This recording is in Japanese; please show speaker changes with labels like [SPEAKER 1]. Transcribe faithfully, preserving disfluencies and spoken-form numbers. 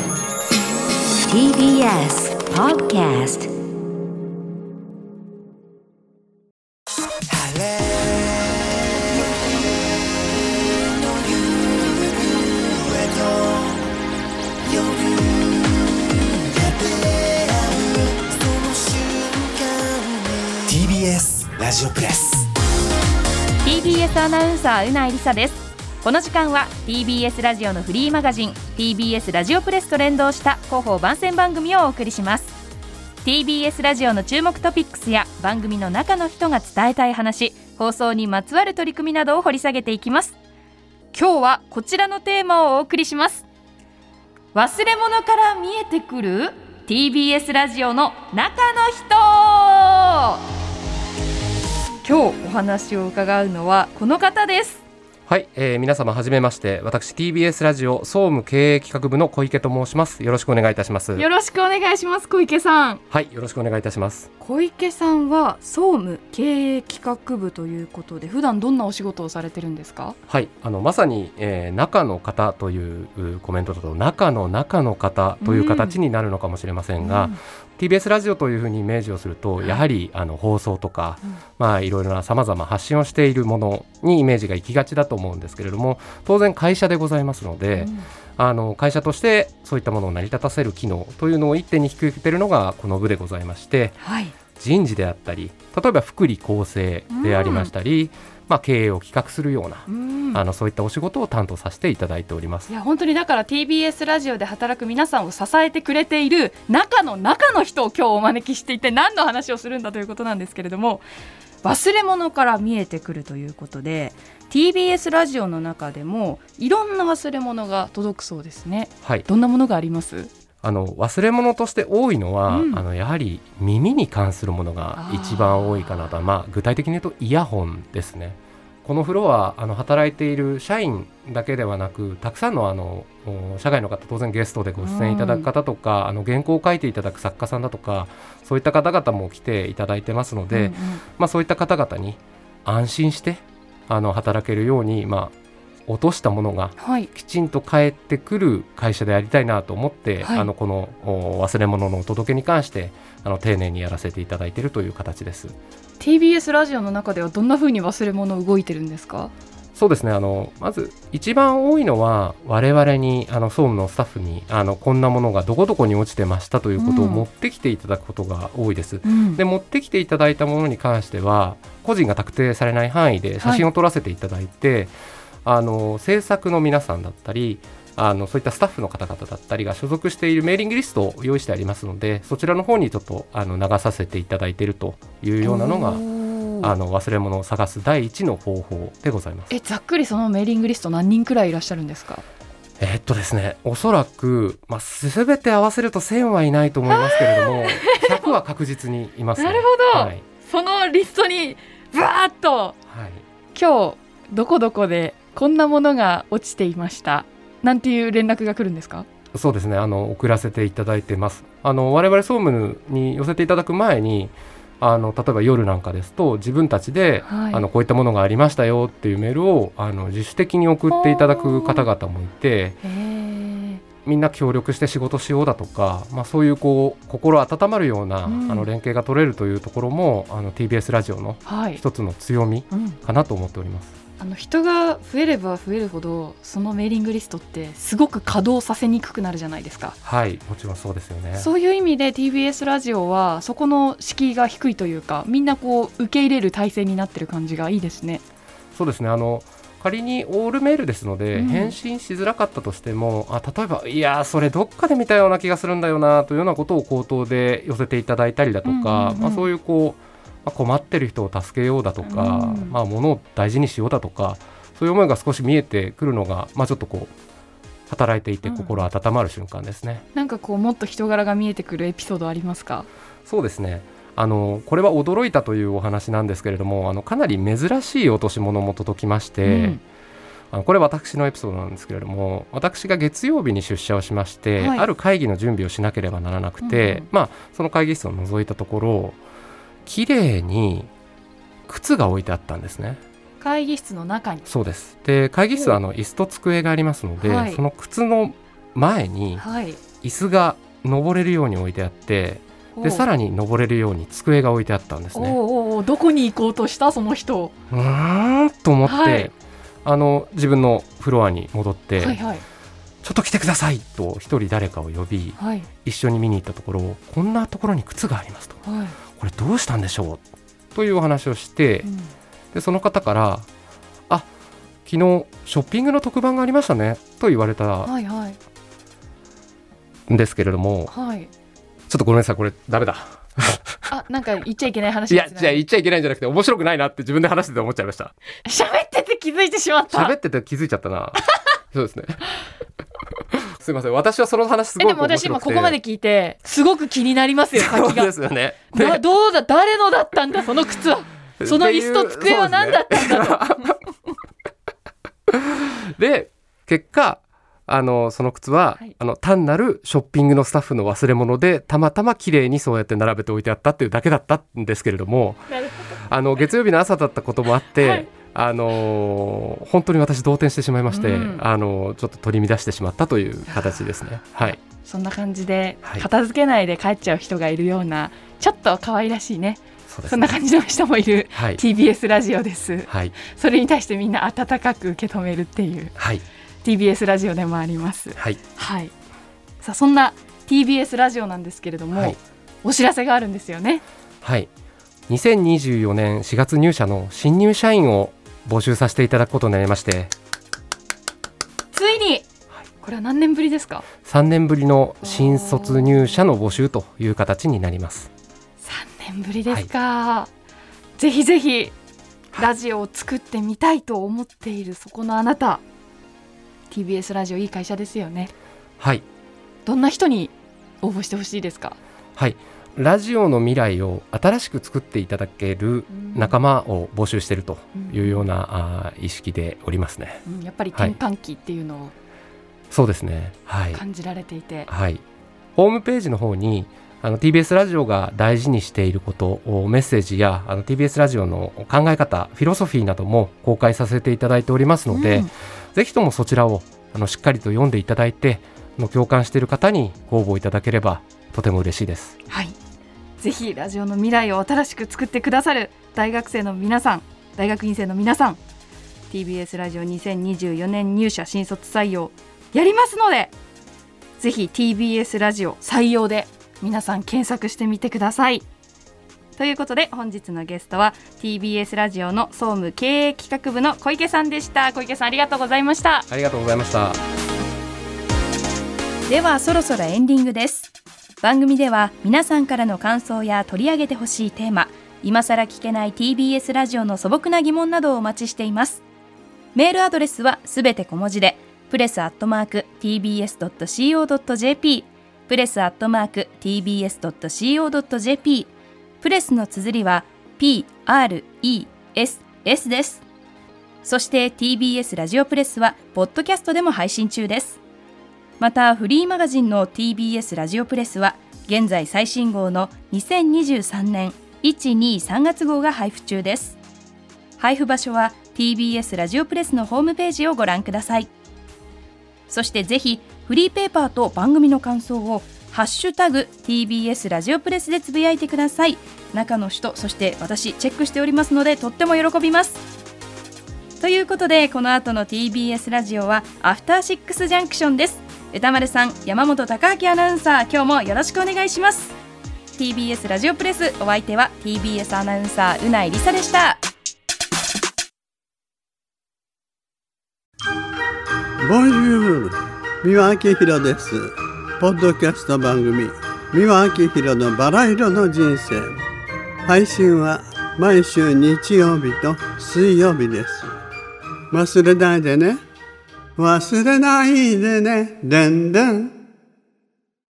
[SPEAKER 1] ティービーエス Podcast
[SPEAKER 2] ティービーエス ラジオプレス
[SPEAKER 3] ティービーエス アナウンサーうないりさです。この時間は ティービーエス ラジオのフリーマガジン ティービーエス ラジオプレスと連動した広報番宣番組をお送りします。 ティービーエス ラジオの注目トピックスや番組の中の人が伝えたい話、放送にまつわる取り組みなどを掘り下げていきます。今日はこちらのテーマをお送りします。忘れ物から見えてくる ティービーエス ラジオの中の人。今日お話を伺うのはこの方です。
[SPEAKER 4] はい、えー、皆様はじめまして。私 ティービーエス ラジオ総務経営企画部の小池と申します。よろしくお願いいたします。
[SPEAKER 3] よろしくお願いします。小池さん。
[SPEAKER 4] はい、よろしくお願いいたします。
[SPEAKER 3] 小池さんは総務経営企画部ということで、普段どんなお仕事をされてるんですか？
[SPEAKER 4] はい、あのまさに、えー、中の方というコメントだと中の中の方という形になるのかもしれませんが、うん、ティービーエス ラジオというふうにイメージをすると、やはりあの放送とか、うん、まあいろいろなさまざま発信をしているものにイメージが行きがちだと思うんですけれども、当然会社でございますので、うん、あの会社としてそういったものを成り立たせる機能というのを一手に引き受けているのがこの部でございまして、はい、人事であったり、例えば福利厚生でありましたり、うん、まあ、経営を企画するような、うん、あのそういったお仕事を担当させていただいております。
[SPEAKER 3] いや本当にだから ティービーエス ラジオで働く皆さんを支えてくれている中の中の人を今日お招きしていて、何の話をするんだということなんですけれども、忘れ物から見えてくるということで、 ティービーエス ラジオの中でもいろんな忘れ物が届くそうですね。はい、どんなものがあります？
[SPEAKER 4] あの忘れ物として多いのは、うん、あのやはり耳に関するものが一番多いかなと。まあ、具体的に言うとイヤホンですね。このフロア、あの働いている社員だけではなく、たくさんのあの社外の方、当然ゲストでご出演いただく方とか、うん、あの原稿を書いていただく作家さんだとか、そういった方々も来ていただいてますので、うんうん、まあ、そういった方々に安心してあの働けるように、まあ落としたものがきちんと返ってくる会社でありたいなと思って、はい、あのこの忘れ物のお届けに関してあの丁寧にやらせていただいているという形です。
[SPEAKER 3] ティービーエス ラジオの中ではどんな風に忘れ物動いてるんですか？
[SPEAKER 4] そうですね、あのまず一番多いのは、我々にあの総務のスタッフにあのこんなものがどこどこに落ちてましたということを持ってきていただくことが多いです、うん、で持ってきていただいたものに関しては個人が特定されない範囲で写真を撮らせていただいて、はい、あの制作の皆さんだったり、あのそういったスタッフの方々だったりが所属しているメーリングリストを用意してありますので、そちらの方にちょっとあの流させていただいているというようなのが、あの忘れ物を探す第一の方法でございます。
[SPEAKER 3] えざっくりそのメーリングリスト何人くらいいらっしゃるんですか？
[SPEAKER 4] えーっとですね、おそらく、まあ、全て合わせるとせんはいないと思いますけれどもひゃくは確実にいますね。
[SPEAKER 3] なるほど、はい、そのリストにバーッと、はい、今日どこどこでこんなものが落ちていましたなんていう連絡が来るんですか？
[SPEAKER 4] そうですね、あの送らせていただいてます。あの我々総務に寄せていただく前に、あの例えば夜なんかですと自分たちで、はい、あのこういったものがありましたよっていうメールをあの自主的に送っていただく方々もいて、みんな協力して仕事しようだとか、まあ、そういうこう心温まるような、うん、あの連携が取れるというところもあの ティービーエス ラジオの一つの強みかなと思っております、
[SPEAKER 3] はい、うん、あの人が増えれば増えるほどそのメーリングリストってすごく稼働させにくくなるじゃないですか。
[SPEAKER 4] はい、もちろんそうですよね。
[SPEAKER 3] そういう意味で ティービーエス ラジオはそこの敷居が低いというか、みんなこう受け入れる体制になってる感じがいいですね。
[SPEAKER 4] そうですね、あの仮にオールメールですので、うん、返信しづらかったとしても、あ例えばいやそれどっかで見たような気がするんだよなというようなことを口頭で寄せていただいたりだとか、うんうんうん、まあ、そういうこう、まあ、困ってる人を助けようだとか、うん、まあ、物を大事にしようだとか、そういう思いが少し見えてくるのが、まあ、ちょっとこう働いていて心温まる瞬間ですね、
[SPEAKER 3] うん、なんかこうもっと人柄が見えてくるエピソードありますか？
[SPEAKER 4] そうですね、あのこれは驚いたというお話なんですけれども、あのかなり珍しい落とし物も届きまして、うん、あのこれ私のエピソードなんですけれども、私が月曜日に出社をしまして、はい、ある会議の準備をしなければならなくて、うん、まあ、その会議室を覗いたところ、綺麗に靴が置いてあったんですね。
[SPEAKER 3] 会議室の中に。
[SPEAKER 4] そうです。で会議室はあの椅子と机がありますので、はい、その靴の前に椅子が登れるように置いてあって、でさらに登れるように机が置いてあったんですね。
[SPEAKER 3] おお、どこに行こうとしたその人。
[SPEAKER 4] うーんと思って、はい、あの自分のフロアに戻って、はいはい、ちょっと来てくださいと一人誰かを呼び、はい、一緒に見に行ったところ、こんなところに靴がありますと、はい、これどうしたんでしょうというお話をして、うん、でその方から、あ、昨日ショッピングの特番がありましたねと言われたんですけれども、はいはい、ちょっとごめんなさい、これダメだ
[SPEAKER 3] あ、なんか言っちゃいけない話ですね。
[SPEAKER 4] いや、じゃあ言っちゃいけないんじゃなくて面白くないなって自分で話してて思っちゃいました。
[SPEAKER 3] 喋ってて気づいてしまった。
[SPEAKER 4] 喋ってて気づいちゃったなそうですねすいません、私はその話すごく面白くて。
[SPEAKER 3] でも私今ここまで聞いてすごく気になりますよ、先が。
[SPEAKER 4] そうですよね。
[SPEAKER 3] ね、どうだ、誰のだったんだその靴は、その椅子と机は何だったんだと
[SPEAKER 4] で、ね、結果あのその靴は、はい、あの単なるショッピングのスタッフの忘れ物でたまたま綺麗にそうやって並べておいてあったっていうだけだったんですけれども、あの月曜日の朝だったこともあって、はい、あのー、本当に私動転してしまいまして、うん、あのー、ちょっと取り乱してしまったという形ですね。はい、
[SPEAKER 3] そんな感じで片付けないで帰っちゃう人がいるような、ちょっと可愛らしいね、 そ, ねそんな感じの人もいる、はい、ティービーエス ラジオです、はい、それに対してみんな温かく受け止めるっていう、はい、ティービーエス ラジオでもあります。はい、はい、さあそんな ティービーエス ラジオなんですけれども、はい、お知らせがあるんですよね。
[SPEAKER 4] はい、にせんにじゅうよねんしがつ入社の新入社員を募集させていただくことになりまして、
[SPEAKER 3] ついに、はい、これは何年ぶりですか？
[SPEAKER 4] さんねんぶりの新卒入社の募集という形になります。
[SPEAKER 3] さんねんぶりですか、はい、ぜひぜひラジオを作ってみたいと思っているそこのあなた、 ティービーエス ラジオいい会社ですよね。はい、どんな人に応募してほしいですか？
[SPEAKER 4] はい、ラジオの未来を新しく作っていただける仲間を募集しているというような、うん、あ意識でおりますね、
[SPEAKER 3] うん、やっぱり転換期っていうのを、はい、
[SPEAKER 4] そうですね、はい、
[SPEAKER 3] 感じられていて、
[SPEAKER 4] はい、ホームページの方にあの ティービーエス ラジオが大事にしていることをメッセージやあの ティービーエス ラジオの考え方、フィロソフィーなども公開させていただいておりますので、うん、ぜひともそちらをあのしっかりと読んでいただいて、の共感している方にご応募いただければとても嬉しいです。
[SPEAKER 3] はい、ぜひラジオの未来を新しく作ってくださる大学生の皆さん、大学院生の皆さん、 ティービーエス ラジオにせんにじゅうよねん入社新卒採用やりますので、ぜひ ティービーエス ラジオ採用で皆さん検索してみてください。ということで本日のゲストは ティービーエス ラジオの総務経営企画部の小池さんでした。小池さん、ありがとうございました。
[SPEAKER 4] ありがとうございました。
[SPEAKER 3] ではそろそろエンディングです。番組では皆さんからの感想や取り上げてほしいテーマ、今さら聞けない ティービーエス ラジオの素朴な疑問などをお待ちしています。メールアドレスはすべて小文字でプレスアットマーク ティービーエス ドット シーオー ドット ジェーピー、 プレスアットマーク ティービーエス ドット シーオー ドット ジェーピー、 プレスの綴りは ピーアールイーエスエス です。そして ティービーエス ラジオプレスはポッドキャストでも配信中です。またフリーマガジンの ティービーエス ラジオプレスは現在最新号のにせんにじゅうさんねんいち、に、さんがつ号が配布中です。配布場所は ティービーエス ラジオプレスのホームページをご覧ください。そしてぜひフリーペーパーと番組の感想をハッシュタグ ティービーエス ラジオプレスでつぶやいてください。中の人、そして私チェックしておりますのでとっても喜びます。ということでこの後の ティービーエス ラジオはアフターシックスジャンクションです。歌丸さん、山本貴明アナウンサー、今日もよろしくお願いします。 ティービーエス ラジオプレス、お相手は ティービーエス アナウンサーうないりさでした。
[SPEAKER 5] ボンジュール、三輪明宏です。ポッドキャスト番組三輪明宏のバラ色の人生、配信は毎週日曜日と水曜日です。忘れないでね、忘れないでね、でんでん。